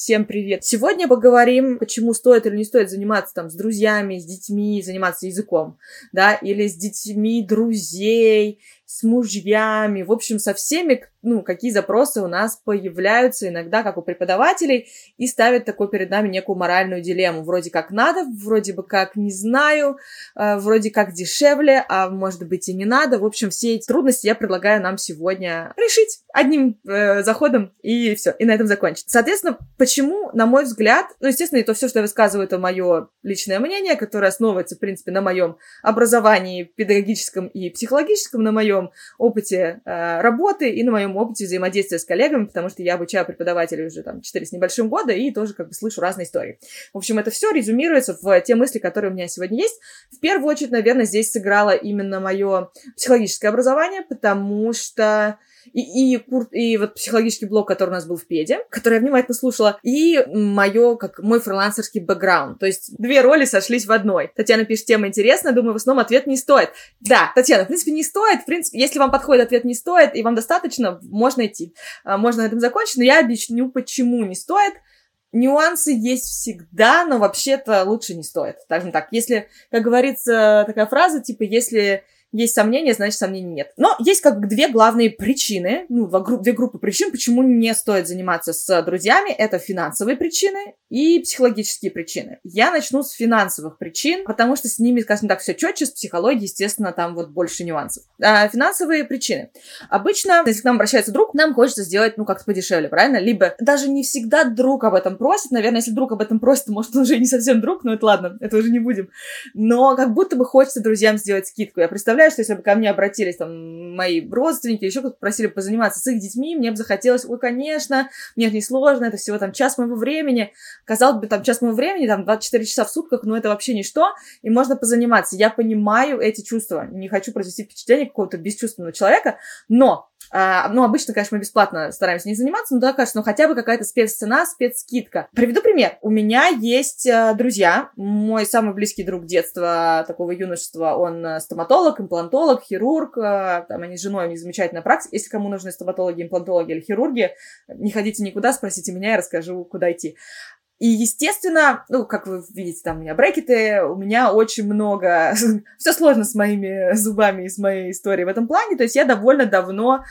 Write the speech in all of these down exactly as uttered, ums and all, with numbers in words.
Всем привет! Сегодня поговорим, почему стоит или не стоит заниматься там с друзьями, с детьми, заниматься языком, да, или с детьми друзей, с мужьями, в общем, со всеми, ну, какие запросы у нас появляются иногда, как у преподавателей, и ставят такой перед нами некую моральную дилемму. Вроде как надо, вроде бы как не знаю, э, вроде как дешевле, а может быть и не надо. В общем, все эти трудности я предлагаю нам сегодня решить одним э, заходом, и все, и на этом закончить. Соответственно, почему, на мой взгляд, ну, естественно, это все, что я высказываю, это мое личное мнение, которое основывается, в принципе, на моем образовании педагогическом и психологическом, на моем опыте э, работы и на моем опыте взаимодействия с коллегами, потому что я обучаю преподавателей уже там четыре с небольшим года и тоже как бы слышу разные истории. В общем, это все резюмируется в те мысли, которые у меня сегодня есть. В первую очередь, наверное, здесь сыграло именно мое психологическое образование, потому что И, и, и вот психологический блог, который у нас был в Педе, который я внимательно слушала, и моё, как мой фрилансерский бэкграунд. То есть две роли сошлись в одной. Татьяна пишет, тема интересная, думаю, в основном ответ не стоит. Да, Татьяна, в принципе, не стоит. В принципе, если вам подходит ответ не стоит, и вам достаточно, можно идти. Можно на этом закончить, но я объясню, почему не стоит. Нюансы есть всегда, но вообще-то лучше не стоит. Скажем так, если, как говорится, такая фраза, типа, если есть сомнения, значит, сомнений нет. Но есть как бы две главные причины, ну, две группы причин, почему не стоит заниматься с друзьями. Это финансовые причины и психологические причины. Я начну с финансовых причин, потому что с ними, скажем так, все четче, с психологией, естественно, там вот больше нюансов. А финансовые причины. Обычно, если к нам обращается друг, нам хочется сделать, ну, как-то подешевле, правильно? Либо даже не всегда друг об этом просит. Наверное, если друг об этом просит, то, может, он уже не совсем друг, но это ладно, это уже не будем. Но как будто бы хочется друзьям сделать скидку. Я представляю, что если бы ко мне обратились там мои родственники, еще кто-то просили позаниматься с их детьми, мне бы захотелось, ой, конечно, мне это несложно, это всего там час моего времени. Казалось бы, там час моего времени, там двадцать четыре часа в сутках, но это вообще ничто, и можно позаниматься. Я понимаю эти чувства, не хочу произвести впечатление какого-то бесчувственного человека, но А, ну, обычно, конечно, мы бесплатно стараемся не заниматься, но да, кажется, ну, хотя бы какая-то спеццена, спецскидка. Приведу пример. У меня есть э, друзья. Мой самый близкий друг детства, такого юношества, он э, стоматолог, имплантолог, хирург. Э, там они с женой, у них замечательная практика. Если кому нужны стоматологи, имплантологи или хирурги, не ходите никуда, спросите меня, я расскажу, куда идти. И, естественно, ну, как вы видите, там у меня брекеты, у меня очень много... Все сложно с моими зубами и с моей историей в этом плане. То есть я довольно давно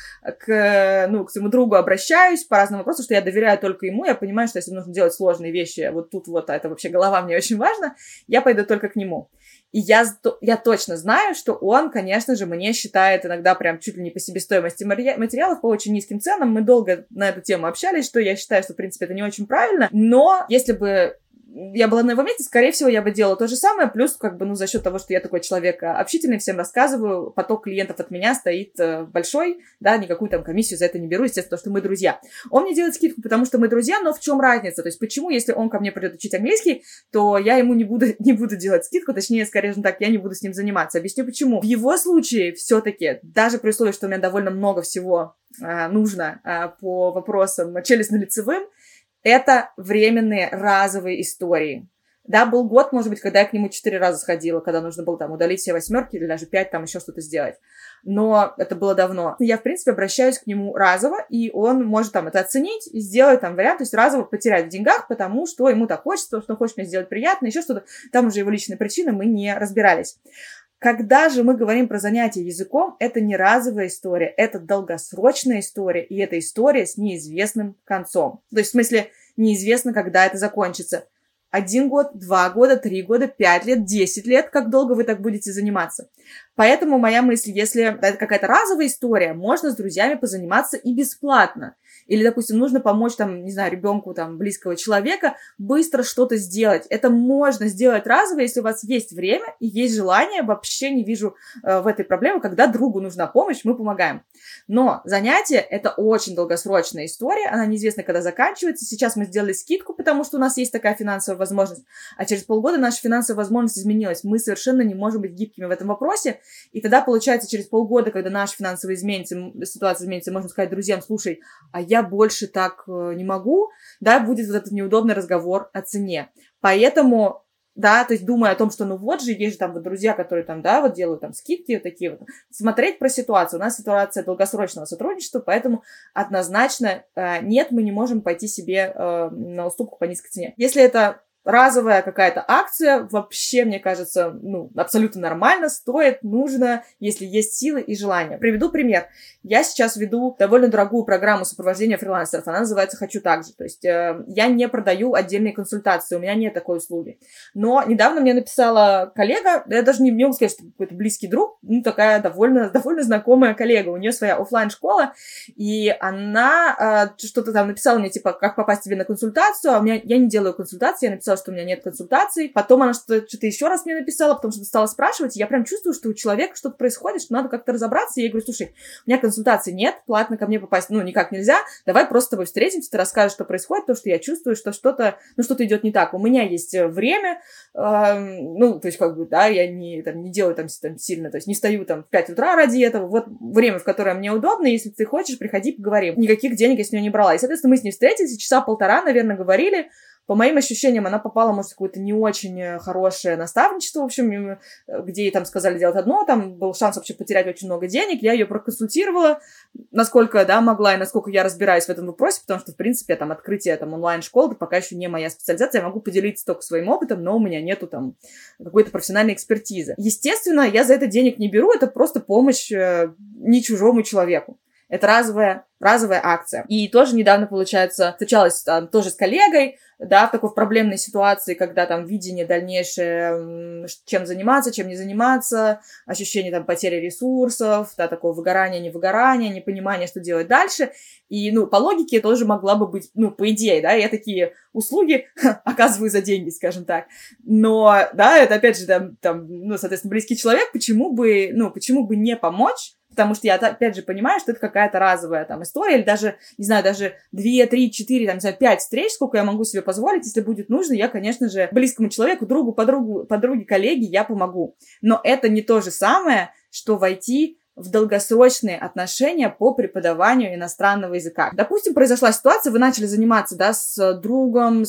к, ну, к своему другу обращаюсь по разным вопросам, что я доверяю только ему. Я понимаю, что если нужно делать сложные вещи, вот тут вот, а это вообще голова мне очень важно, я пойду только к нему. И я, я точно знаю, что он, конечно же, мне считает иногда прям чуть ли не по себестоимости материалов по очень низким ценам. Мы долго на эту тему общались, что я считаю, что, в принципе, это не очень правильно. Но если бы я была на его месте, скорее всего, я бы делала то же самое, плюс, как бы, ну, за счет того, что я такой человек общительный, всем рассказываю, поток клиентов от меня стоит э, большой, да, никакую там комиссию за это не беру, естественно, потому что мы друзья. Он мне делает скидку, потому что мы друзья, но в чем разница? То есть, почему, если он ко мне придет учить английский, то я ему не буду, не буду делать скидку, точнее, скорее же так, я не буду с ним заниматься. Объясню, почему. В его случае, все-таки, даже при условии, что у меня довольно много всего э, нужно э, по вопросам челюстно-лицевым, это временные разовые истории. Да, был год, может быть, когда я к нему четыре раза сходила, когда нужно было там удалить все восьмерки или даже пять, там еще что-то сделать. Но это было давно. Я, в принципе, обращаюсь к нему разово, и он может там это оценить и сделать там вариант, то есть разово потерять в деньгах, потому что ему так хочется, что он хочет мне сделать приятно, еще что-то. Там уже его личные причины, мы не разбирались. Когда же мы говорим про занятие языком, это не разовая история, это долгосрочная история, и это история с неизвестным концом. То есть, в смысле, неизвестно, когда это закончится. Один год, два года, три года, пять лет, десять лет, как долго вы так будете заниматься. Поэтому моя мысль, если это какая-то разовая история, можно с друзьями позаниматься и бесплатно. Или, допустим, нужно помочь, там, не знаю, ребенку, там, близкого человека быстро что-то сделать. Это можно сделать разово, если у вас есть время и есть желание. Вообще не вижу э, в этой проблеме, когда другу нужна помощь, мы помогаем. Но занятие – это очень долгосрочная история, она неизвестно, когда заканчивается. Сейчас мы сделали скидку, потому что у нас есть такая финансовая возможность, а через полгода наша финансовая возможность изменилась. Мы совершенно не можем быть гибкими в этом вопросе, и тогда, получается, через полгода, когда наша финансовая изменится, ситуация изменится, можно сказать друзьям: слушай, а я больше так не могу, да, будет вот этот неудобный разговор о цене. Поэтому да, то есть думая о том, что ну вот же, есть же там вот друзья, которые там, да, вот делают там скидки вот такие вот. Смотреть про ситуацию. У нас ситуация долгосрочного сотрудничества, поэтому однозначно э, нет, мы не можем пойти себе э, на уступку по низкой цене. Если это разовая какая-то акция, вообще, мне кажется, ну, абсолютно нормально, стоит, нужно, если есть силы и желание. Приведу пример. Я сейчас веду довольно дорогую программу сопровождения фрилансеров. Она называется «Хочу так же». То есть э, я не продаю отдельные консультации, у меня нет такой услуги. Но недавно мне написала коллега, я даже не, не могу сказать, что какой-то близкий друг, ну, такая довольно, довольно знакомая коллега. У нее своя офлайн-школа, и она э, что-то там написала мне, типа, как попасть тебе на консультацию, а у меня, я не делаю консультации, я написала, что у меня нет консультаций. Потом она что-то, что-то еще раз мне написала, потому что стала спрашивать, и я прям чувствую, что у человека что-то происходит, что надо как-то разобраться. И я говорю, слушай, у меня консультаций нет, платно ко мне попасть, ну, никак нельзя, давай просто с тобой встретимся, ты расскажешь, что происходит, то, что я чувствую, что что-то, ну, что-то идет не так. У меня есть время, э, ну, то есть, как бы, да, я не, там, не делаю там, там сильно, то есть не стою там в пять утра ради этого, вот время, в которое мне удобно, если ты хочешь, приходи, поговорим. Никаких денег я с нее не брала. И, соответственно, мы с ней встретились, часа полтора, наверное, говорили. По моим ощущениям, она попала, может, в какое-то не очень хорошее наставничество, в общем, где ей там сказали делать одно, там был шанс вообще потерять очень много денег, я ее проконсультировала, насколько, да, могла и насколько я разбираюсь в этом вопросе, потому что, в принципе, там, открытие там онлайн-школы пока еще не моя специализация, я могу поделиться только своим опытом, но у меня нету там какой-то профессиональной экспертизы. Естественно, я за это денег не беру, это просто помощь э, не чужому человеку. Это разовая, разовая акция. И тоже недавно, получается, встречалась там, тоже с коллегой, да, в такой проблемной ситуации, когда там видение дальнейшее, чем заниматься, чем не заниматься, ощущение там потери ресурсов, да, такого выгорания, невыгорания, непонимание, что делать дальше. И, ну, по логике тоже могла бы быть, ну, по идее, да, я такие услуги оказываю за деньги, скажем так. Но, да, это, опять же, там, там, ну, соответственно, близкий человек, почему бы, ну, почему бы не помочь? Потому что я, опять же, понимаю, что это какая-то разовая там история, или даже, не знаю, даже две, три, четыре, там, не знаю, пять встреч, сколько я могу себе позволить, если будет нужно, я, конечно же, близкому человеку, другу, подругу, подруге, коллеге я помогу. Но это не то же самое, что войти в долгосрочные отношения по преподаванию иностранного языка. Допустим, произошла ситуация, вы начали заниматься, да, с другом,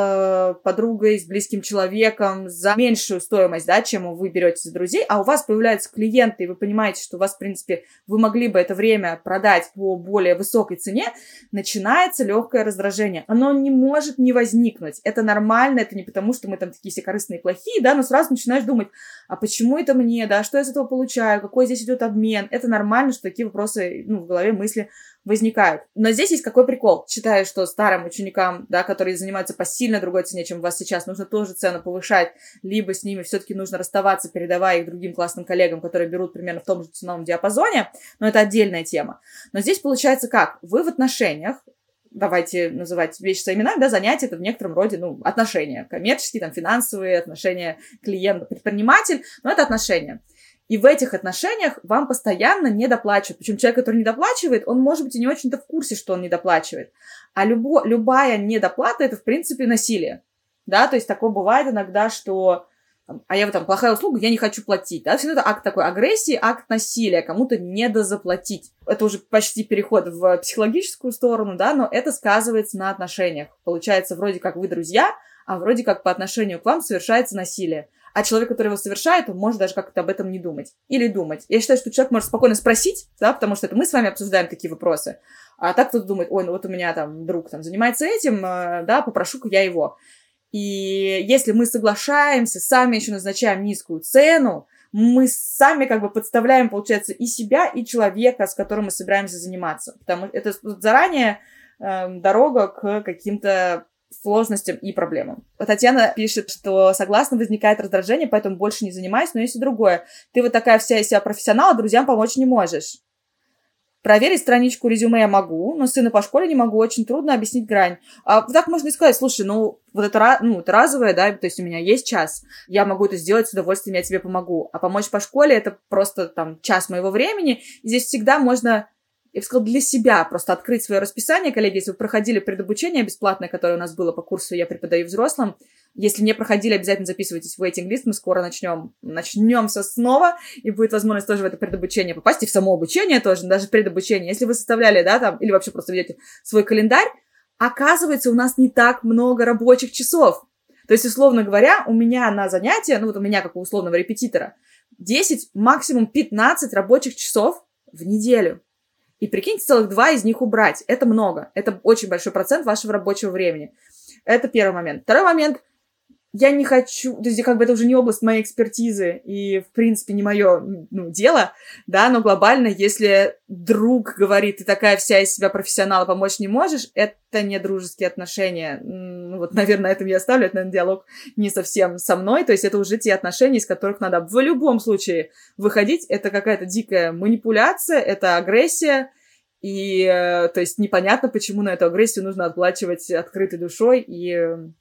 с подругой, с близким человеком за меньшую стоимость, да, чем вы берете за друзей, а у вас появляются клиенты, и вы понимаете, что у вас, в принципе, вы могли бы это время продать по более высокой цене, начинается легкое раздражение. Оно не может не возникнуть. Это нормально, это не потому, что мы там такие все корыстные и плохие, да, но сразу начинаешь думать, а почему это мне, да, что я с этого получаю, какой здесь идет обмен. Это нормально, что такие вопросы, ну, в голове мысли возникают. Но здесь есть какой прикол. Считаю, что старым ученикам, да, которые занимаются по сильно другой цене, чем у вас сейчас, нужно тоже цену повышать, либо с ними все-таки нужно расставаться, передавая их другим классным коллегам, которые берут примерно в том же ценовом диапазоне, но это отдельная тема. Но здесь получается как? Вы в отношениях, давайте называть вещи своими именами, да, занятия это в некотором роде, ну, отношения, коммерческие, там, финансовые отношения клиент-предприниматель, но это отношения. И в этих отношениях вам постоянно недоплачивают. Причем человек, который недоплачивает, он, может быть, и не очень-то в курсе, что он недоплачивает. А любо, любая недоплата – это, в принципе, насилие. Да, то есть такое бывает иногда, что а я вот там плохая услуга, я не хочу платить. Да, все это акт такой агрессии, акт насилия, кому-то недозаплатить. Это уже почти переход в психологическую сторону, да, но это сказывается на отношениях. Получается, вроде как вы друзья, а вроде как по отношению к вам совершается насилие. А человек, который его совершает, он может даже как-то об этом не думать. Или думать. Я считаю, что человек может спокойно спросить, да, потому что это мы с вами обсуждаем такие вопросы. А так кто-то думает, ой, ну вот у меня там друг там занимается этим, да, попрошу-ка я его. И если мы соглашаемся, сами еще назначаем низкую цену, мы сами как бы подставляем, получается, и себя, и человека, с которым мы собираемся заниматься. Потому что это заранее э, дорога к каким-то сложностям и проблемам. Татьяна пишет, что согласно, возникает раздражение, поэтому больше не занимаюсь, но есть и другое. Ты вот такая вся из себя профессионал, а друзьям помочь не можешь. Проверить страничку резюме я могу, но сына по школе не могу, очень трудно объяснить грань. А так можно и сказать, слушай, ну, вот это, ну, это разовое, да, то есть у меня есть час, я могу это сделать с удовольствием, я тебе помогу. А помочь по школе это просто там час моего времени, и здесь всегда можно... Я бы сказала, для себя просто открыть свое расписание. Коллеги, если вы проходили предобучение бесплатное, которое у нас было по курсу «Я преподаю взрослым», если не проходили, обязательно записывайтесь в waiting-лист, мы скоро начнем. Начнем со снова, и будет возможность тоже в это предобучение попасть, и в само обучение тоже, даже предобучение. Если вы составляли, да, там, или вообще просто ведете свой календарь, оказывается, у нас не так много рабочих часов. То есть, условно говоря, у меня на занятия, ну вот у меня как у условного репетитора, десять, максимум пятнадцать рабочих часов в неделю. И прикиньте, целых два из них убрать. Это много. Это очень большой процент вашего рабочего времени. Это первый момент. Второй момент. Я не хочу... То есть, как бы это уже не область моей экспертизы и, в принципе, не мое ну, дело, да, но глобально, если друг говорит, ты такая вся из себя профессионал, помочь не можешь, это не дружеские отношения. Ну, вот, наверное, на этом я оставлю. Это, наверное, диалог не совсем со мной. То есть, это уже те отношения, из которых надо в любом случае выходить. Это какая-то дикая манипуляция, это агрессия. И, то есть, непонятно, почему на эту агрессию нужно отплачивать открытой душой и...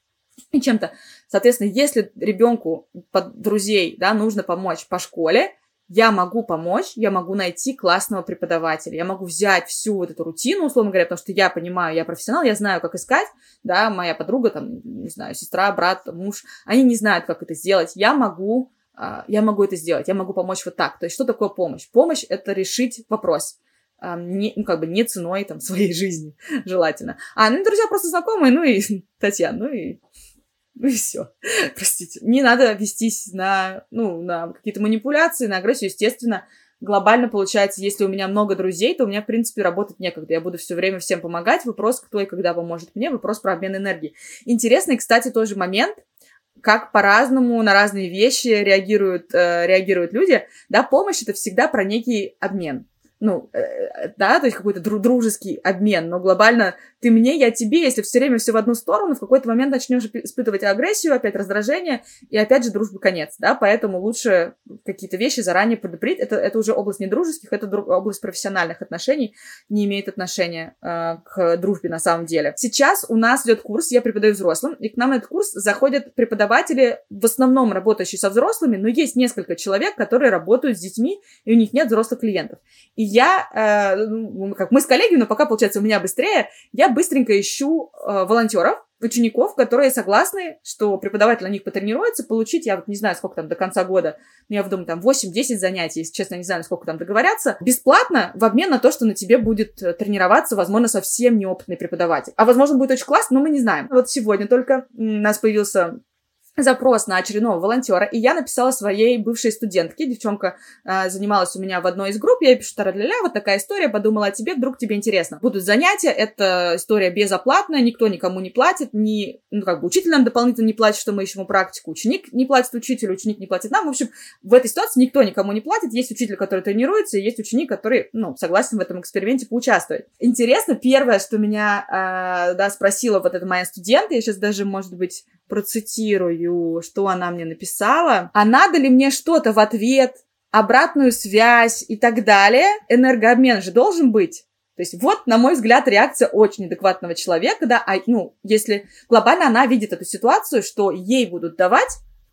и чем-то. Соответственно, если ребенку под друзей, да, нужно помочь по школе, я могу помочь, я могу найти классного преподавателя, я могу взять всю вот эту рутину, условно говоря, потому что я понимаю, я профессионал, я знаю, как искать, да, моя подруга, там, не знаю, сестра, брат, муж, они не знают, как это сделать, я могу, я могу это сделать, я могу помочь вот так. То есть, что такое помощь? Помощь — это решить вопрос. Не, ну, как бы не ценой там своей жизни, желательно. А, ну, друзья просто знакомые, ну и Татьяна, ну и Ну и все. Простите. Не надо вестись на, ну, на какие-то манипуляции, на агрессию. Естественно, глобально получается, если у меня много друзей, то у меня, в принципе, работать некогда. Я буду все время всем помогать. Вопрос, кто и когда поможет мне. Вопрос про обмен энергией. Интересный, кстати, тоже момент, как по-разному на разные вещи реагируют, э, реагируют люди. Да, помощь — это всегда про некий обмен. Ну, э, да, то есть какой-то дру- дружеский обмен, но глобально ты мне, я тебе, если все время все в одну сторону, в какой-то момент начнешь испытывать агрессию, опять раздражение, и опять же дружбы конец, да, поэтому лучше какие-то вещи заранее предупредить, это, это уже область не дружеских, это дру- область профессиональных отношений, не имеет отношения э, к дружбе на самом деле. Сейчас у нас идет курс, я преподаю взрослым, и к нам на этот курс заходят преподаватели, в основном работающие со взрослыми, но есть несколько человек, которые работают с детьми, и у них нет взрослых клиентов. И я, э, как мы с коллегами, но пока, получается, у меня быстрее, я быстренько ищу э, волонтеров, учеников, которые согласны, что преподаватель на них потренируется, получить, я вот не знаю, сколько там до конца года, но я думаю, там восемь-десять занятий, если честно, не знаю, сколько там договорятся, бесплатно в обмен на то, что на тебе будет тренироваться, возможно, совсем неопытный преподаватель. А, возможно, будет очень классно, но мы не знаем. Вот сегодня только у нас появился запрос на очередного волонтера, и я написала своей бывшей студентке, девчонка э, занималась у меня в одной из групп, я ей пишу, тара-ля-ля, вот такая история, подумала о тебе, вдруг тебе интересно. Будут занятия, это история безоплатная, никто никому не платит, ни, ну, как бы учитель нам дополнительно не платит, что мы ищем практику, ученик не платит учителю, ученик не платит нам, в общем, в этой ситуации никто никому не платит, есть учитель, который тренируется, и есть ученик, который, ну, согласен в этом эксперименте поучаствовать. Интересно, первое, что меня, э, да, спросила вот эта моя студентка, я сейчас даже, может быть, процитирую, что она мне написала. А надо ли мне что-то в ответ, обратную связь и так далее? Энергообмен же должен быть. То есть вот, на мой взгляд, реакция очень адекватного человека, да, а, ну, если глобально она видит эту ситуацию, что ей будут давать,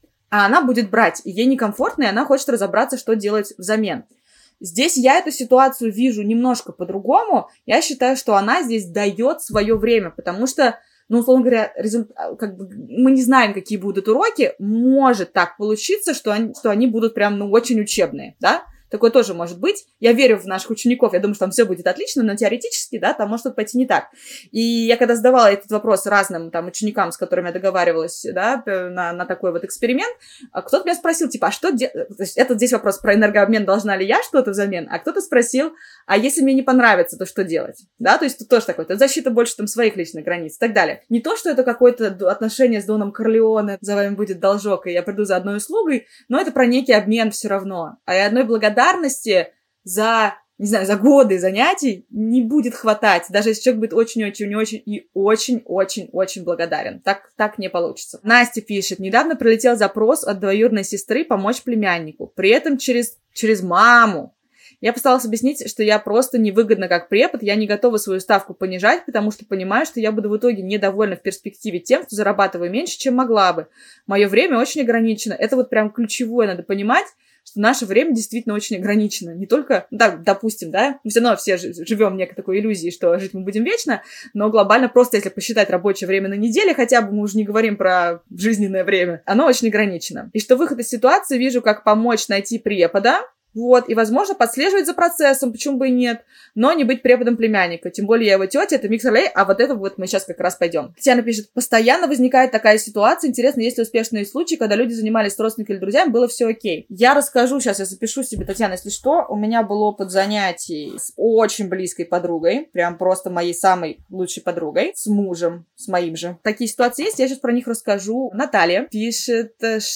а она будет брать, и ей некомфортно, и она хочет разобраться, что делать взамен. Здесь я эту ситуацию вижу немножко по-другому. Я считаю, что она здесь дает свое время, потому что, ну, условно говоря, результат, как бы, мы не знаем, какие будут уроки. Может так получиться, что они, что они будут прям, ну, очень учебные, да? Такое тоже может быть. Я верю в наших учеников, я думаю, что там все будет отлично, но теоретически, да, там может что-то пойти не так. И я когда задавала этот вопрос разным там ученикам, с которыми я договаривалась, да, на, на такой вот эксперимент, кто-то меня спросил, типа, а что делать? То есть это здесь вопрос про энергообмен, должна ли я что-то взамен, а кто-то спросил, а если мне не понравится, то что делать? Да, то есть тут тоже такое, это защита больше там своих личных границ и так далее. Не то, что это какое-то отношение с Доном Корлеоне, за вами будет должок, и я приду за одной услугой, но это про некий обмен все равно. А и одной благодарности за, не знаю, за годы занятий не будет хватать, даже если человек будет очень-очень-очень и очень-очень-очень благодарен. Так, так не получится. Настя пишет, недавно прилетел запрос от двоюродной сестры помочь племяннику, при этом через, через маму. Я постаралась объяснить, что я просто невыгодна как препод, я не готова свою ставку понижать, потому что понимаю, что я буду в итоге недовольна в перспективе тем, что зарабатываю меньше, чем могла бы. Мое время очень ограничено. Это вот прям ключевое, надо понимать, что наше время действительно очень ограничено. Не только, ну, так, допустим, да, мы все равно все живем в некой такой иллюзии, что жить мы будем вечно, но глобально просто, если посчитать рабочее время на неделе, хотя бы мы уже не говорим про жизненное время, оно очень ограничено. И что выход из ситуации вижу, как помочь найти препода, Вот, и, возможно, подслеживать за процессом, почему бы и нет, но не быть преподом племянника. Тем более я его тетя, это микс ролей, а вот это вот мы сейчас как раз пойдем. Татьяна пишет, постоянно возникает такая ситуация. Интересно, есть ли успешные случаи, когда люди занимались с родственниками или друзьями, было все окей. Я расскажу, сейчас я запишу себе, Татьяна, если что. У меня был опыт занятий с очень близкой подругой, прям просто моей самой лучшей подругой, с мужем, с моим же. Такие ситуации есть, я сейчас про них расскажу. Наталья пишет,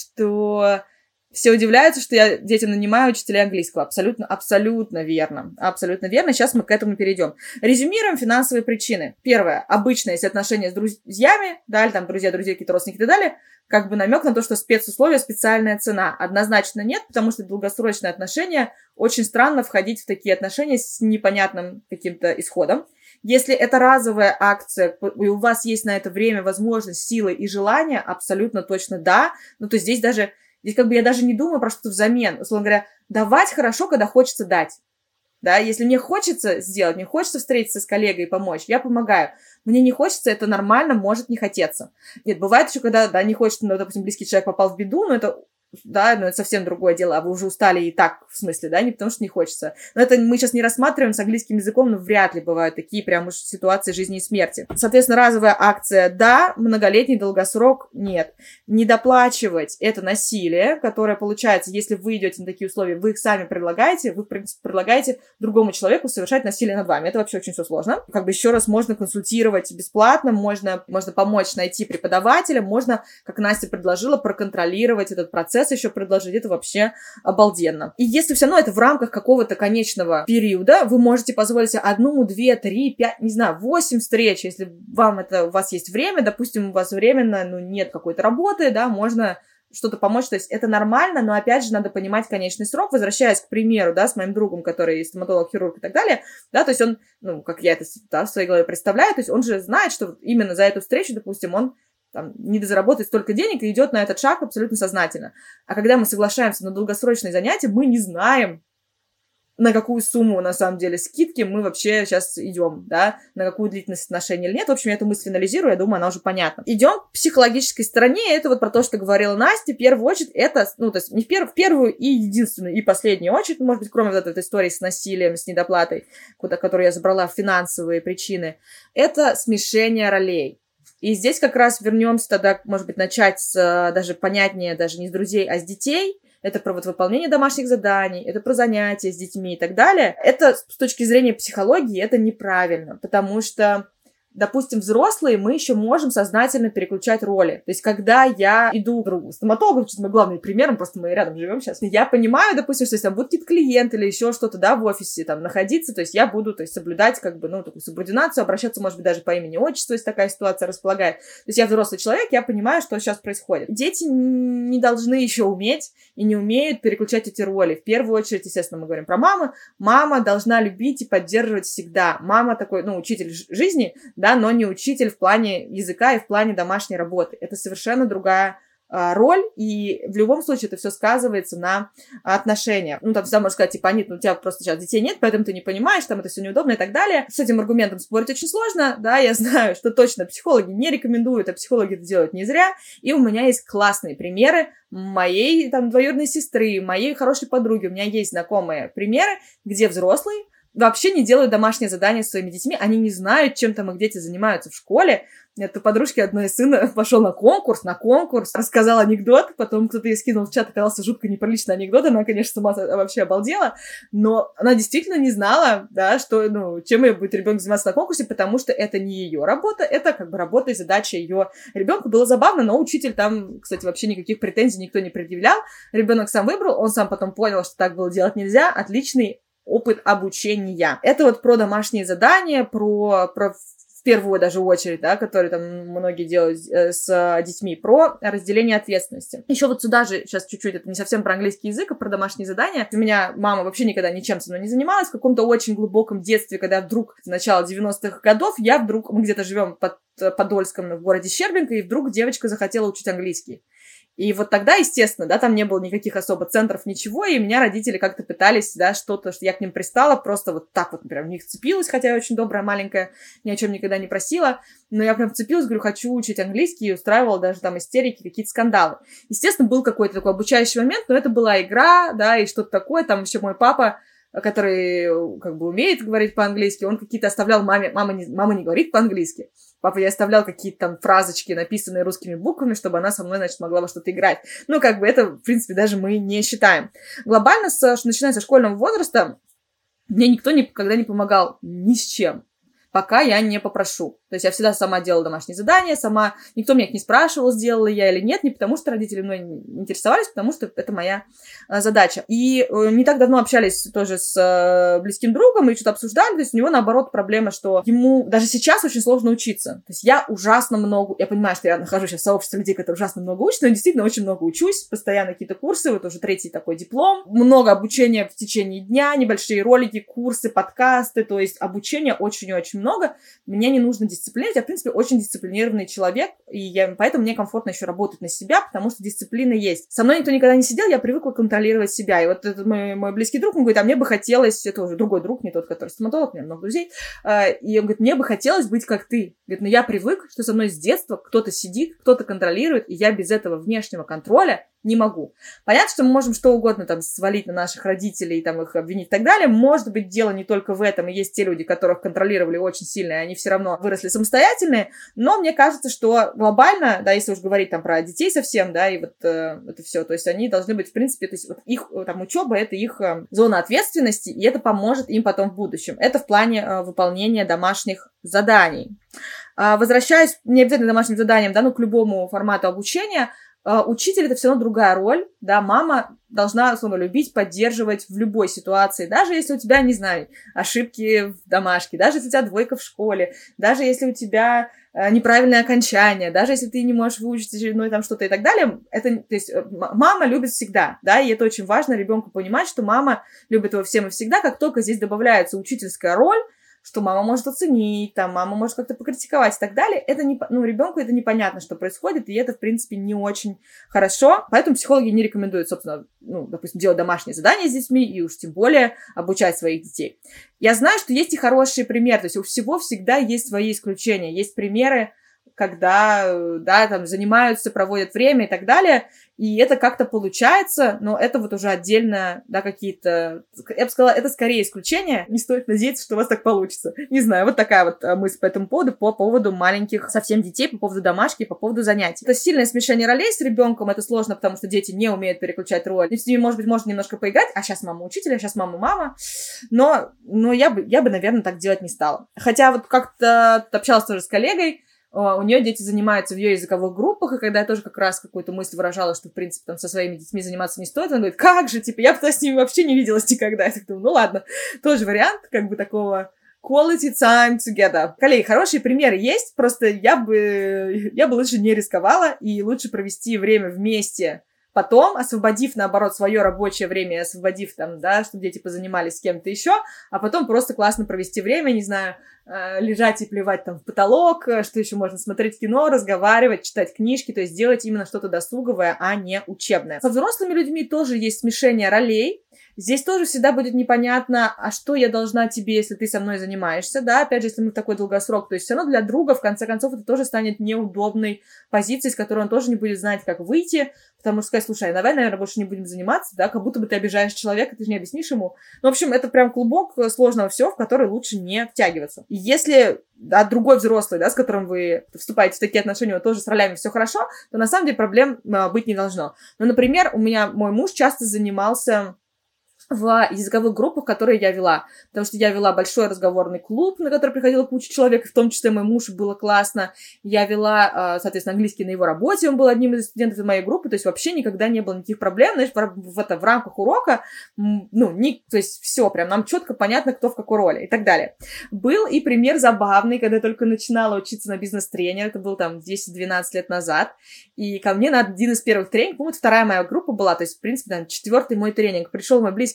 что... Все удивляются, что я детям нанимаю учителей английского. Абсолютно, абсолютно верно. Абсолютно верно. Сейчас мы к этому перейдем. Резюмируем финансовые причины. Первое. Обычно, если отношения с друзьями, да, или там друзья, друзья, какие-то родственники и так далее, как бы намек на то, что спецусловия, специальная цена. Однозначно нет, потому что долгосрочные отношения, очень странно входить в такие отношения с непонятным каким-то исходом. Если это разовая акция, и у вас есть на это время, возможность, силы и желание, абсолютно точно да. Ну, то есть здесь даже... Здесь как бы я даже не думаю про что-то взамен. Условно говоря, давать хорошо, когда хочется дать. Да, если мне хочется сделать, мне хочется встретиться с коллегой и помочь, я помогаю. Мне не хочется, это нормально, может не хотеться. Нет, бывает еще, когда, да, не хочется, ну, допустим, близкий человек попал в беду, но это... Да, но это совсем другое дело, а вы уже устали и так, в смысле, да, не потому что не хочется. Но это мы сейчас не рассматриваем с английским языком, но вряд ли бывают такие прям уж ситуации жизни и смерти. Соответственно, разовая акция – да, многолетний долгосрок – нет. Недоплачивать – это насилие, которое получается, если вы идете на такие условия, вы их сами предлагаете, вы, в принципе, предлагаете другому человеку совершать насилие над вами. Это вообще очень все сложно. Как бы еще раз можно консультировать бесплатно, можно, можно помочь найти преподавателя, можно, как Настя предложила, проконтролировать этот процесс, еще предложить, это вообще обалденно. И если все равно это в рамках какого-то конечного периода, вы можете позволить себе одну, две, три, пять, не знаю, восемь встреч, если вам это, у вас есть время, допустим, у вас временно, ну, нет какой-то работы, да, можно что-то помочь, то есть это нормально, но опять же надо понимать конечный срок, возвращаясь к примеру, да, с моим другом, который стоматолог, хирург и так далее, да, то есть он, ну, как я это, да, в своей голове представляю, то есть он же знает, что именно за эту встречу, допустим, он там, не дозаработает столько денег и идет на этот шаг абсолютно сознательно. А когда мы соглашаемся на долгосрочные занятия, мы не знаем, на какую сумму, на самом деле, скидки мы вообще сейчас идем, да, на какую длительность отношений или нет. В общем, я эту мысль финализирую, я думаю, она уже понятна. Идем к психологической стороне, это вот про то, что говорила Настя, в первую очередь, это, ну, то есть не в, пер- в первую и единственную, и последнюю очередь, может быть, кроме вот этой истории с насилием, с недоплатой, куда, которую я забрала в финансовые причины, это смешение ролей. И здесь как раз вернемся тогда, может быть, начать с даже понятнее, даже не с друзей, а с детей. Это про вот выполнение домашних заданий, это про занятия с детьми и так далее. Это с точки зрения психологии это неправильно, потому что, допустим, взрослые, мы еще можем сознательно переключать роли. То есть, когда я иду к другу стоматологу, что мы главным примером, просто мы рядом живем сейчас, я понимаю, допустим, что если там будут какие-то клиенты или еще что-то, да, в офисе там находиться, то есть я буду, то есть, соблюдать, как бы, ну, такую субординацию, обращаться, может быть, даже по имени-отчеству, если такая ситуация располагает. То есть, я взрослый человек, я понимаю, что сейчас происходит. Дети не должны еще уметь и не умеют переключать эти роли. В первую очередь, естественно, мы говорим про маму. Мама должна любить и поддерживать всегда. Мама такой, ну, учитель жизни, да, но не учитель в плане языка и в плане домашней работы. Это совершенно другая а, роль, и в любом случае это все сказывается на отношениях. Ну, там всегда можно сказать, типа, нет, ну, у тебя просто сейчас детей нет, поэтому ты не понимаешь, там это все неудобно и так далее. С этим аргументом спорить очень сложно, да, я знаю, что точно психологи не рекомендуют, а психологи это делают не зря, и у меня есть классные примеры моей, там, двоюродной сестры, моей хорошей подруги, у меня есть знакомые примеры, где взрослые вообще не делают домашние задания с своими детьми, они не знают, чем там их дети занимаются в школе. Это подружки одной сына пошел на конкурс, на конкурс, рассказал анекдот, потом кто-то ей скинул в чат, оказался жутко неприличный анекдот, она, конечно, сама вообще обалдела, но она действительно не знала, да, что, ну, чем ей будет ребенок заниматься на конкурсе, потому что это не ее работа, это как бы работа и задача ее ребенка. Было забавно, но учитель там, кстати, вообще никаких претензий никто не предъявлял, ребенок сам выбрал, он сам потом понял, что так было делать нельзя, отличный опыт обучения. Это вот про домашние задания, про, про в первую даже очередь, да, которые там многие делают с детьми, про разделение ответственности. Еще вот сюда же, сейчас чуть-чуть, это не совсем про английский язык, а про домашние задания. У меня мама вообще никогда ничем со мной не занималась. В каком-то очень глубоком детстве, когда вдруг с начала девяностых годов, я вдруг, мы где-то живем под Подольском в городе Щербинка, и вдруг девочка захотела учить английский. И вот тогда, естественно, да, там не было никаких особо центров, ничего, и меня родители как-то пытались, да, что-то, что я к ним пристала, просто вот так вот, например, в них вцепилась, хотя я очень добрая, маленькая, ни о чем никогда не просила, но я прям вцепилась, говорю, хочу учить английский, и устраивала даже там истерики, какие-то скандалы. Естественно, был какой-то такой обучающий момент, но это была игра, да, и что-то такое, там еще мой папа, который как бы умеет говорить по-английски, он какие-то оставлял маме, мама не, мама не говорит по-английски, папа ей оставлял какие-то там фразочки, написанные русскими буквами, чтобы она со мной, значит, могла во что-то играть. Ну, как бы это, в принципе, даже мы не считаем. Глобально, с, начиная со школьного возраста, мне никто никогда не помогал ни с чем, пока я не попрошу. То есть я всегда сама делала домашние задания, сама... Никто меня их не спрашивал, сделала я или нет, не потому что родители мной не интересовались, потому что это моя а, задача. И э, не так давно общались тоже с э, близким другом и что-то обсуждали, то есть у него, наоборот, проблема, что ему даже сейчас очень сложно учиться. То есть я ужасно много... Я понимаю, что я нахожусь сейчас в сообществе людей, которые ужасно много учатся, но я действительно очень много учусь, постоянно какие-то курсы, вот уже третий такой диплом, много обучения в течение дня, небольшие ролики, курсы, подкасты, то есть обучения очень-очень много. Мне не нужно дисциплинировать. Я, в принципе, очень дисциплинированный человек, и я, поэтому мне комфортно еще работать на себя, потому что дисциплина есть. Со мной никто никогда не сидел, я привыкла контролировать себя. И вот этот мой, мой близкий друг, он говорит, а мне бы хотелось, это уже другой друг, не тот, который стоматолог, у меня много друзей, и он говорит, мне бы хотелось быть как ты. Говорит, но я привык, что со мной с детства кто-то сидит, кто-то контролирует, и я без этого внешнего контроля не могу. Понятно, что мы можем что угодно там свалить на наших родителей, там их обвинить и так далее. Может быть, дело не только в этом. И есть те люди, которых контролировали очень сильно, и они все равно выросли самостоятельные. Но мне кажется, что глобально, да, если уж говорить там про детей совсем, да, и вот э, это все, то есть они должны быть, в принципе, то есть вот их там учеба, это их э, зона ответственности, и это поможет им потом в будущем. Это в плане э, выполнения домашних заданий. А, возвращаясь не обязательно к домашним заданиям, да, ну, к любому формату обучения, учитель — это все равно другая роль, да, мама должна, условно, любить, поддерживать в любой ситуации, даже если у тебя, не знаю, ошибки в домашке, даже если у тебя двойка в школе, даже если у тебя неправильное окончание, даже если ты не можешь выучить очередное там что-то и так далее, это, то есть мама любит всегда, да, и это очень важно ребенку понимать, что мама любит его всем и всегда, как только здесь добавляется учительская роль, что мама может оценить, там, мама может как-то покритиковать и так далее, это не, ну, ребенку это непонятно, что происходит, и это, в принципе, не очень хорошо, поэтому психологи не рекомендуют, собственно, ну, допустим, делать домашние задания с детьми и уж тем более обучать своих детей. Я знаю, что есть и хорошие примеры, то есть у всего всегда есть свои исключения, есть примеры, когда, да, там, занимаются, проводят время и так далее, и это как-то получается, но это вот уже отдельно, да, какие-то, я бы сказала, это скорее исключение, не стоит надеяться, что у вас так получится. Не знаю, вот такая вот мысль по этому поводу, по поводу маленьких совсем детей, по поводу домашки, по поводу занятий. Это сильное смешение ролей с ребенком, это сложно, потому что дети не умеют переключать роль. С ними, может быть, можно немножко поиграть, а сейчас мама учитель, а сейчас мама мама, но, но я бы, я бы, наверное, так делать не стала. Хотя вот как-то общалась тоже с коллегой, у нее дети занимаются в ее языковых группах, и когда я тоже как раз какую-то мысль выражала, что, в принципе, там со своими детьми заниматься не стоит, она говорит, как же, типа, я бы с ними вообще не виделась никогда. Я так думаю, ну ладно, тоже вариант, как бы, такого quality time together. Коллеги, хорошие примеры есть, просто я бы, я бы лучше не рисковала, и лучше провести время вместе. Потом, освободив, наоборот, свое рабочее время, освободив там, да, чтобы дети позанимались с кем-то еще, а потом просто классно провести время, не знаю, э, лежать и плевать там в потолок, что еще можно, смотреть кино, разговаривать, читать книжки, то есть делать именно что-то досуговое, а не учебное. Со взрослыми людьми тоже есть смешение ролей. Здесь тоже всегда будет непонятно, а что я должна тебе, если ты со мной занимаешься, да, опять же, если мы в такой долгосрок, то есть все равно для друга, в конце концов, это тоже станет неудобной позицией, с которой он тоже не будет знать, как выйти, потому что сказать, слушай, давай, наверное, больше не будем заниматься, да, как будто бы ты обижаешь человека, ты же не объяснишь ему. Ну, в общем, это прям клубок сложного всего, в который лучше не втягиваться. И если, да, другой взрослый, да, с которым вы вступаете в такие отношения, у него тоже с ролями все хорошо, то на самом деле проблем а, быть не должно. Ну, например, у меня мой муж часто занимался в языковых группах, которые я вела. Потому что я вела большой разговорный клуб, на который приходила куча человек, в том числе мой муж, было классно. Я вела, соответственно, английский на его работе, он был одним из студентов моей группы, то есть вообще никогда не было никаких проблем. Знаешь, в, в, это, в рамках урока, ну, не, то есть все, прям нам четко понятно, кто в какой роли и так далее. Был и пример забавный, когда я только начинала учиться на бизнес-тренера, это было там десять-двенадцать лет назад, и ко мне на один из первых тренингов, ну, вот вторая моя группа была, то есть, в принципе, там, четвертый мой тренинг, пришел мой близкий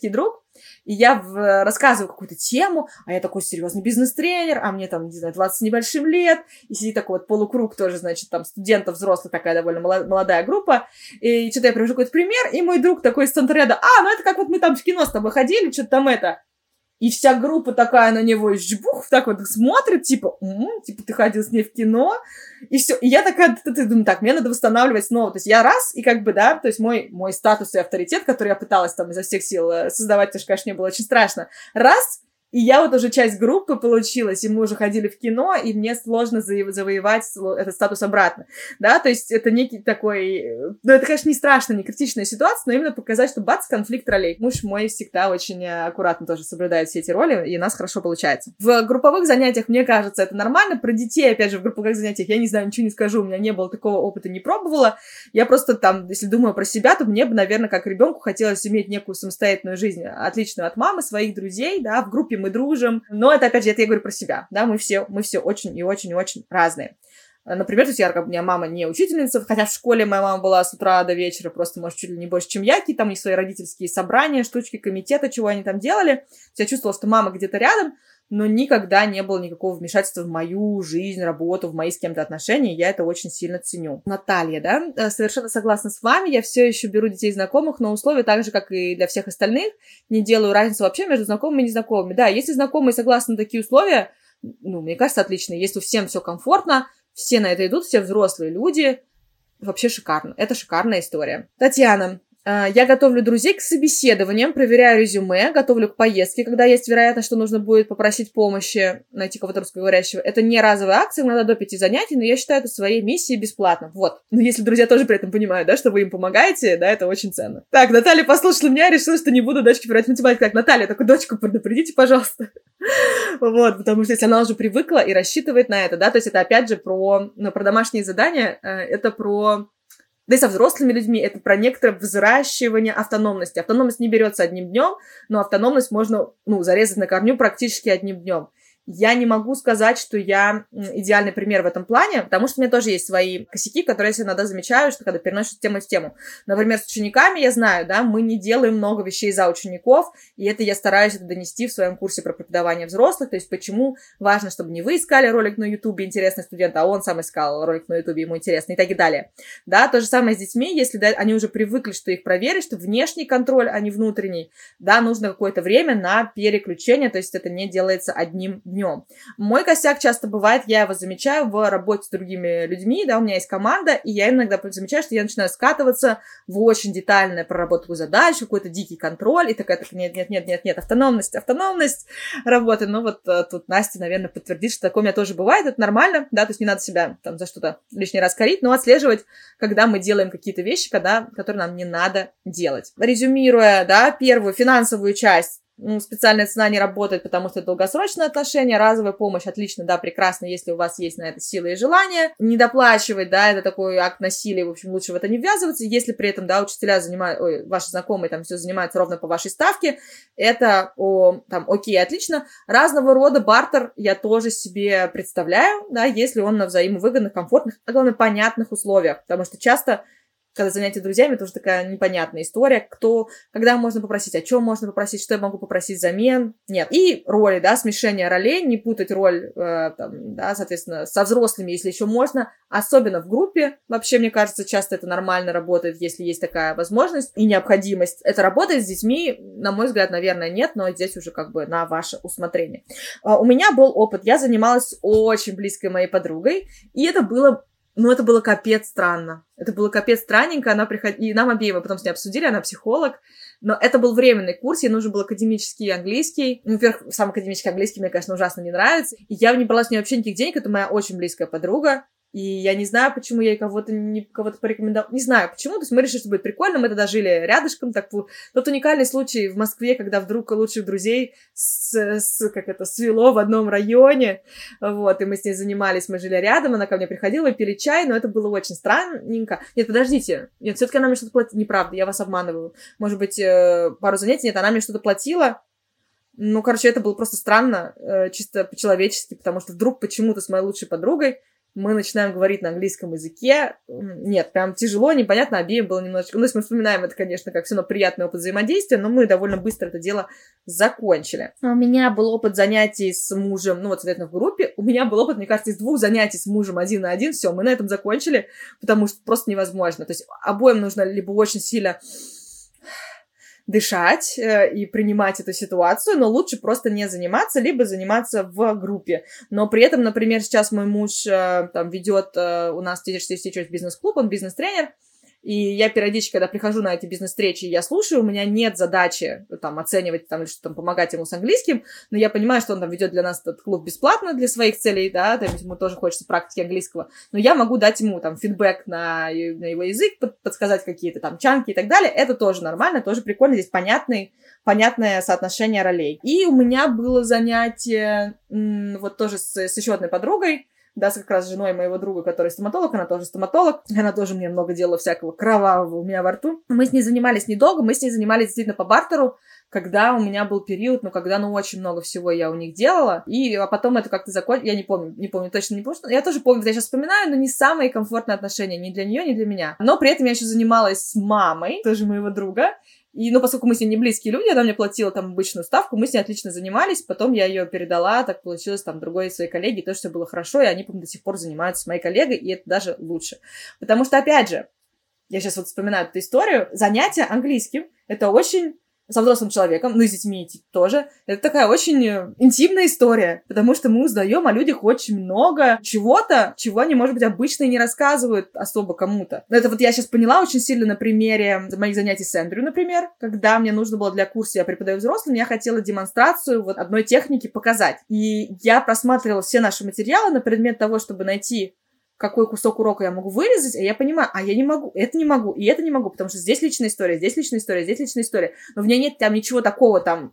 близкий друг, и я в... рассказываю какую-то тему, а я такой серьезный бизнес-тренер, а мне там, не знаю, двадцать с небольшим лет, и сидит такой вот полукруг тоже, значит, там студентов, взрослых, такая довольно молодая группа, и что-то я привожу какой-то пример, и мой друг такой из центра ряда: а, ну это как вот мы там в кино с тобой ходили, что-то там это... И вся группа такая на него, жбух, так вот смотрит, типа, м-м, типа, ты ходил с ней в кино, и все. И я такая, ты, ты, думаю, так, мне надо восстанавливать снова. То есть я раз, и как бы, да, то есть мой, мой статус и авторитет, который я пыталась там изо всех сил создавать, потому что, конечно, мне было очень страшно. Раз, и я вот уже часть группы получилась, и мы уже ходили в кино, и мне сложно заво- завоевать этот статус обратно, да, то есть это некий такой, ну, это, конечно, не страшно, не критичная ситуация, но именно показать, что бац, конфликт ролей. Муж мой всегда очень аккуратно тоже соблюдает все эти роли, и у нас хорошо получается. В групповых занятиях, мне кажется, это нормально. Про детей, опять же, в групповых занятиях я не знаю, ничего не скажу, у меня не было такого опыта, не пробовала. Я просто там, если думаю про себя, то мне бы, наверное, как ребенку хотелось иметь некую самостоятельную жизнь, отличную от мамы, своих друзей, да, в группе мы дружим, но это, опять же, это я говорю про себя, да, мы все, мы все очень и очень и очень разные. Например, то есть я, как, у меня мама не учительница, хотя в школе моя мама была с утра до вечера, просто, может, чуть ли не больше, чем я, какие там у них свои родительские собрания, штучки, комитеты, чего они там делали. Я чувствовала, что мама где-то рядом, но никогда не было никакого вмешательства в мою жизнь, работу, в мои с кем-то отношения, я это очень сильно ценю. Наталья, да, совершенно согласна с вами, я все еще беру детей знакомых, но условия так же, как и для всех остальных, не делаю разницу вообще между знакомыми и незнакомыми. Да, если знакомые согласны на такие условия, ну, мне кажется, отлично, если всем все комфортно, все на это идут, все взрослые люди, вообще шикарно, это шикарная история. Татьяна. Я готовлю друзей к собеседованиям, проверяю резюме, готовлю к поездке, когда есть вероятность, что нужно будет попросить помощи, найти кого-то русскоговорящего. Это не разовая акция, иногда до пяти занятий, но я считаю это своей миссией бесплатно. Вот. Но если друзья тоже при этом понимают, да, что вы им помогаете, да, это очень ценно. Так, Наталья послушала меня, решила, что не буду дочке брать математику. Так, Наталья, только дочку предупредите, пожалуйста. Вот, потому что если она уже привыкла и рассчитывает на это, да, то есть это опять же про, ну, про домашние задания, это про... Да и со взрослыми людьми это про некоторое взращивание автономности. Автономность не берется одним днем, но автономность можно, ну, зарезать на корню практически одним днем. Я не могу сказать, что я идеальный пример в этом плане, потому что у меня тоже есть свои косяки, которые я себе иногда замечаю, что когда переносишь тему в тему. Например, с учениками я знаю, да, мы не делаем много вещей за учеников, и это я стараюсь это донести в своем курсе про преподавание взрослых, то есть почему важно, чтобы не вы искали ролик на Ютубе, интересный студент, а он сам искал ролик на Ютубе, ему интересно, и так и далее. Да, то же самое с детьми, если да, они уже привыкли, что их проверить, что внешний контроль, а не внутренний, да, нужно какое-то время на переключение, то есть это не делается одним днем. Мой косяк часто бывает, я его замечаю в работе с другими людьми, да, у меня есть команда, и я иногда замечаю, что я начинаю скатываться в очень детальную проработку задач, какой-то дикий контроль, и такая, так, нет, нет, нет, нет, нет, автономность, автономность работы. Ну вот тут Настя, наверное, подтвердит, что такое у меня тоже бывает, это нормально, да, то есть не надо себя там за что-то лишний раз корить, но отслеживать, когда мы делаем какие-то вещи, когда, которые нам не надо делать. Резюмируя, да, первую финансовую часть, специальная цена не работает, потому что это долгосрочные отношения, разовая помощь отлично, да, прекрасно, если у вас есть на это силы и желание. Не доплачивать, да, это такой акт насилия, в общем, лучше в это не ввязываться. Если при этом, да, учителя занимают, ой, ваши знакомые там все занимаются ровно по вашей ставке, это, о, там, окей, отлично. Разного рода бартер я тоже себе представляю, да, если он на взаимовыгодных, комфортных, а главное, понятных условиях, потому что часто когда занятия друзьями, это уже такая непонятная история, кто, когда можно попросить, о чем можно попросить, что я могу попросить взамен, нет. И роли, да, смешение ролей, не путать роль, э, там, да, соответственно, со взрослыми, если еще можно, особенно в группе, вообще, мне кажется, часто это нормально работает, если есть такая возможность и необходимость. Это работает с детьми, на мой взгляд, наверное, нет, но здесь уже как бы на ваше усмотрение. Uh, у меня был опыт, я занималась с очень близкой моей подругой, и это было Ну, это было капец странно. Это было капец странненько. Она приходила... И нам обеим, мы потом с ней обсудили, она психолог. Но это был временный курс, ей нужен был академический английский. Ну, во-первых, сам академический английский мне, конечно, ужасно не нравится. И я не брала с нее вообще никаких денег. Это моя очень близкая подруга. И я не знаю, почему я ей кого-то, не, кого-то порекомендовала. Не знаю, почему. То есть мы решили, что будет прикольно. Мы тогда жили рядышком. Так, тот уникальный случай в Москве, когда вдруг лучших друзей с, с, как это, свело в одном районе. Вот, и мы с ней занимались, мы жили рядом. Она ко мне приходила, мы пили чай, но это было очень странненько. Нет, подождите. Нет, все-таки она мне что-то платила. Неправда, я вас обманываю. Может быть, пару занятий. Нет, она мне что-то платила. Ну, короче, это было просто странно, чисто по-человечески, потому что вдруг почему-то с моей лучшей подругой мы начинаем говорить на английском языке. Нет, прям тяжело, непонятно, обеим было немножечко... Ну, то есть мы вспоминаем это, конечно, как все равно приятный опыт взаимодействия, но мы довольно быстро это дело закончили. У меня был опыт занятий с мужем, ну, вот, соответственно, в группе. У меня был опыт, мне кажется, из двух занятий с мужем один на один. Все, мы на этом закончили, потому что просто невозможно. То есть обоим нужно либо очень сильно дышать э, и принимать эту ситуацию, но лучше просто не заниматься, либо заниматься в группе. Но при этом, например, сейчас мой муж э, там ведет э, у нас встречу в бизнес-клуб, он бизнес-тренер, и я периодически, когда прихожу на эти бизнес-встречи, я слушаю, у меня нет задачи там оценивать там, или что там, помогать ему с английским, но я понимаю, что он там ведет для нас этот клуб бесплатно для своих целей, да, то есть ему тоже хочется практики английского, но я могу дать ему там фидбэк на, на его язык, под, подсказать какие-то там чанки и так далее, это тоже нормально, тоже прикольно, здесь понятный, понятное соотношение ролей. И у меня было занятие м- вот тоже с, с еще одной подругой, да, с как раз женой моего друга, который стоматолог, она тоже стоматолог, она тоже мне много делала всякого кровавого у меня во рту. Мы с ней занимались недолго, мы с ней занимались действительно по бартеру, когда у меня был период, ну, когда, ну, очень много всего я у них делала, и а потом это как-то закончилось, я не помню, не помню, точно не помню, я тоже помню, я сейчас вспоминаю, но не самые комфортные отношения ни для нее, ни для меня. Но при этом я еще занималась с мамой, тоже моего друга. И, ну, поскольку мы с ней не близкие люди, она мне платила там обычную ставку, мы с ней отлично занимались, потом я ее передала, так получилось там другой своей коллеге, тоже все было хорошо, и они, по-моему, до сих пор занимаются с моей коллегой, и это даже лучше. Потому что, опять же, я сейчас вот вспоминаю эту историю, занятие английским — это очень... со взрослым человеком, ну и с детьми тоже. Это такая очень интимная история, потому что мы узнаем о людях очень много чего-то, чего они, может быть, обычно и не рассказывают особо кому-то. Но это вот я сейчас поняла очень сильно на примере моих занятий с Эндрю, например, когда мне нужно было для курса «Я преподаю взрослым», я хотела демонстрацию вот одной техники показать. И я просматривала все наши материалы на предмет того, чтобы найти, какой кусок урока я могу вырезать, а я понимаю, а я не могу, это не могу, и это не могу, потому что здесь личная история, здесь личная история, здесь личная история. Но в ней нет там ничего такого там,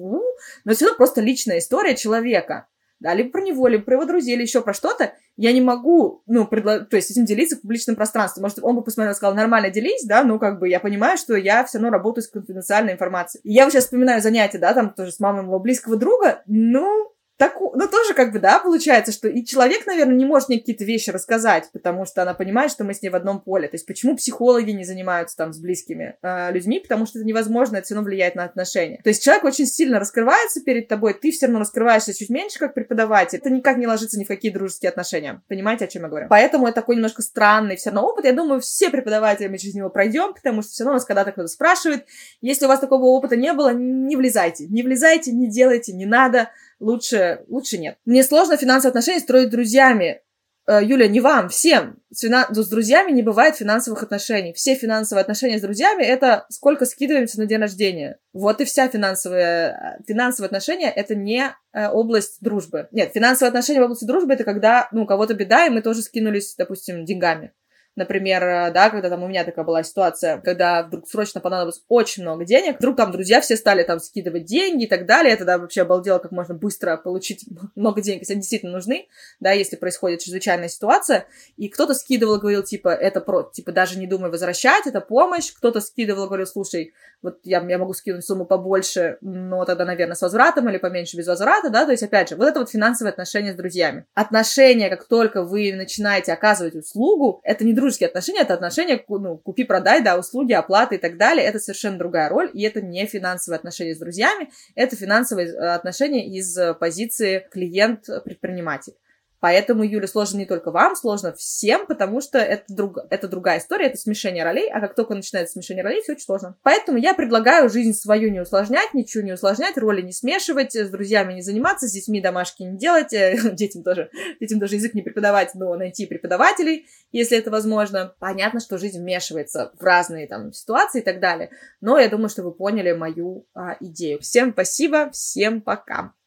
но все равно просто личная история человека. Да, либо про него, либо про его друзей, или еще про что-то. Я не могу, ну, предло... то есть этим делиться в публичном пространстве. Может, он бы посмотрел и сказал, нормально делись, да, ну, как бы я понимаю, что я все равно работаю с конфиденциальной информацией. И я вот сейчас вспоминаю занятия, да, там тоже с мамой моего близкого друга, ну... Так, ну, тоже как бы, да, получается, что и человек, наверное, не может мне какие-то вещи рассказать, потому что она понимает, что мы с ней в одном поле. То есть почему психологи не занимаются там с близкими э, людьми? Потому что это невозможно, это все равно влияет на отношения. То есть человек очень сильно раскрывается перед тобой, ты все равно раскрываешься чуть меньше, как преподаватель. Это никак не ложится ни в какие дружеские отношения. Понимаете, о чем я говорю? Поэтому это такой немножко странный все равно опыт. Я думаю, все преподаватели мы через него пройдем, потому что все равно нас когда-то кто-то спрашивает. Если у вас такого опыта не было, не влезайте. Не влезайте, не делайте, не надо. Лучше, лучше нет. Мне сложно финансовые отношения строить с друзьями. Э, Юля, не вам, всем. С, фина... с друзьями не бывает финансовых отношений. Все финансовые отношения с друзьями — это сколько скидываемся на день рождения. Вот и вся финансовая... Финансовые отношения — это не э, область дружбы. Нет, финансовые отношения в области дружбы — это когда, ну, у кого-то беда, и мы тоже скинулись, допустим, деньгами. Например, да, когда там у меня такая была ситуация, когда вдруг срочно понадобилось очень много денег, вдруг там друзья все стали там скидывать деньги и так далее, я тогда вообще обалдела, как можно быстро получить много денег, если они действительно нужны, да, если происходит чрезвычайная ситуация, и кто-то скидывал и говорил, типа, это про, типа, даже не думай возвращать, это помощь, кто-то скидывал и говорил, слушай, вот я, я могу скинуть сумму побольше, но тогда, наверное, с возвратом или поменьше без возврата, да, то есть, опять же, вот это вот финансовые отношения с друзьями. Отношения, как только вы начинаете оказывать услугу, это не дружеские отношения, это отношения, ну, купи-продай, да, услуги, оплаты и так далее, это совершенно другая роль, и это не финансовые отношения с друзьями, это финансовые отношения из позиции клиент-предприниматель. Поэтому, Юля, сложно не только вам, сложно всем, потому что это, друг, это другая история, это смешение ролей, а как только начинается смешение ролей, все очень сложно. Поэтому я предлагаю жизнь свою не усложнять, ничего не усложнять, роли не смешивать, с друзьями не заниматься, с детьми домашки не делать, детям тоже, детям даже язык не преподавать, но найти преподавателей, если это возможно. Понятно, что жизнь вмешивается в разные там ситуации и так далее, но я думаю, что вы поняли мою а, идею. Всем спасибо, всем пока!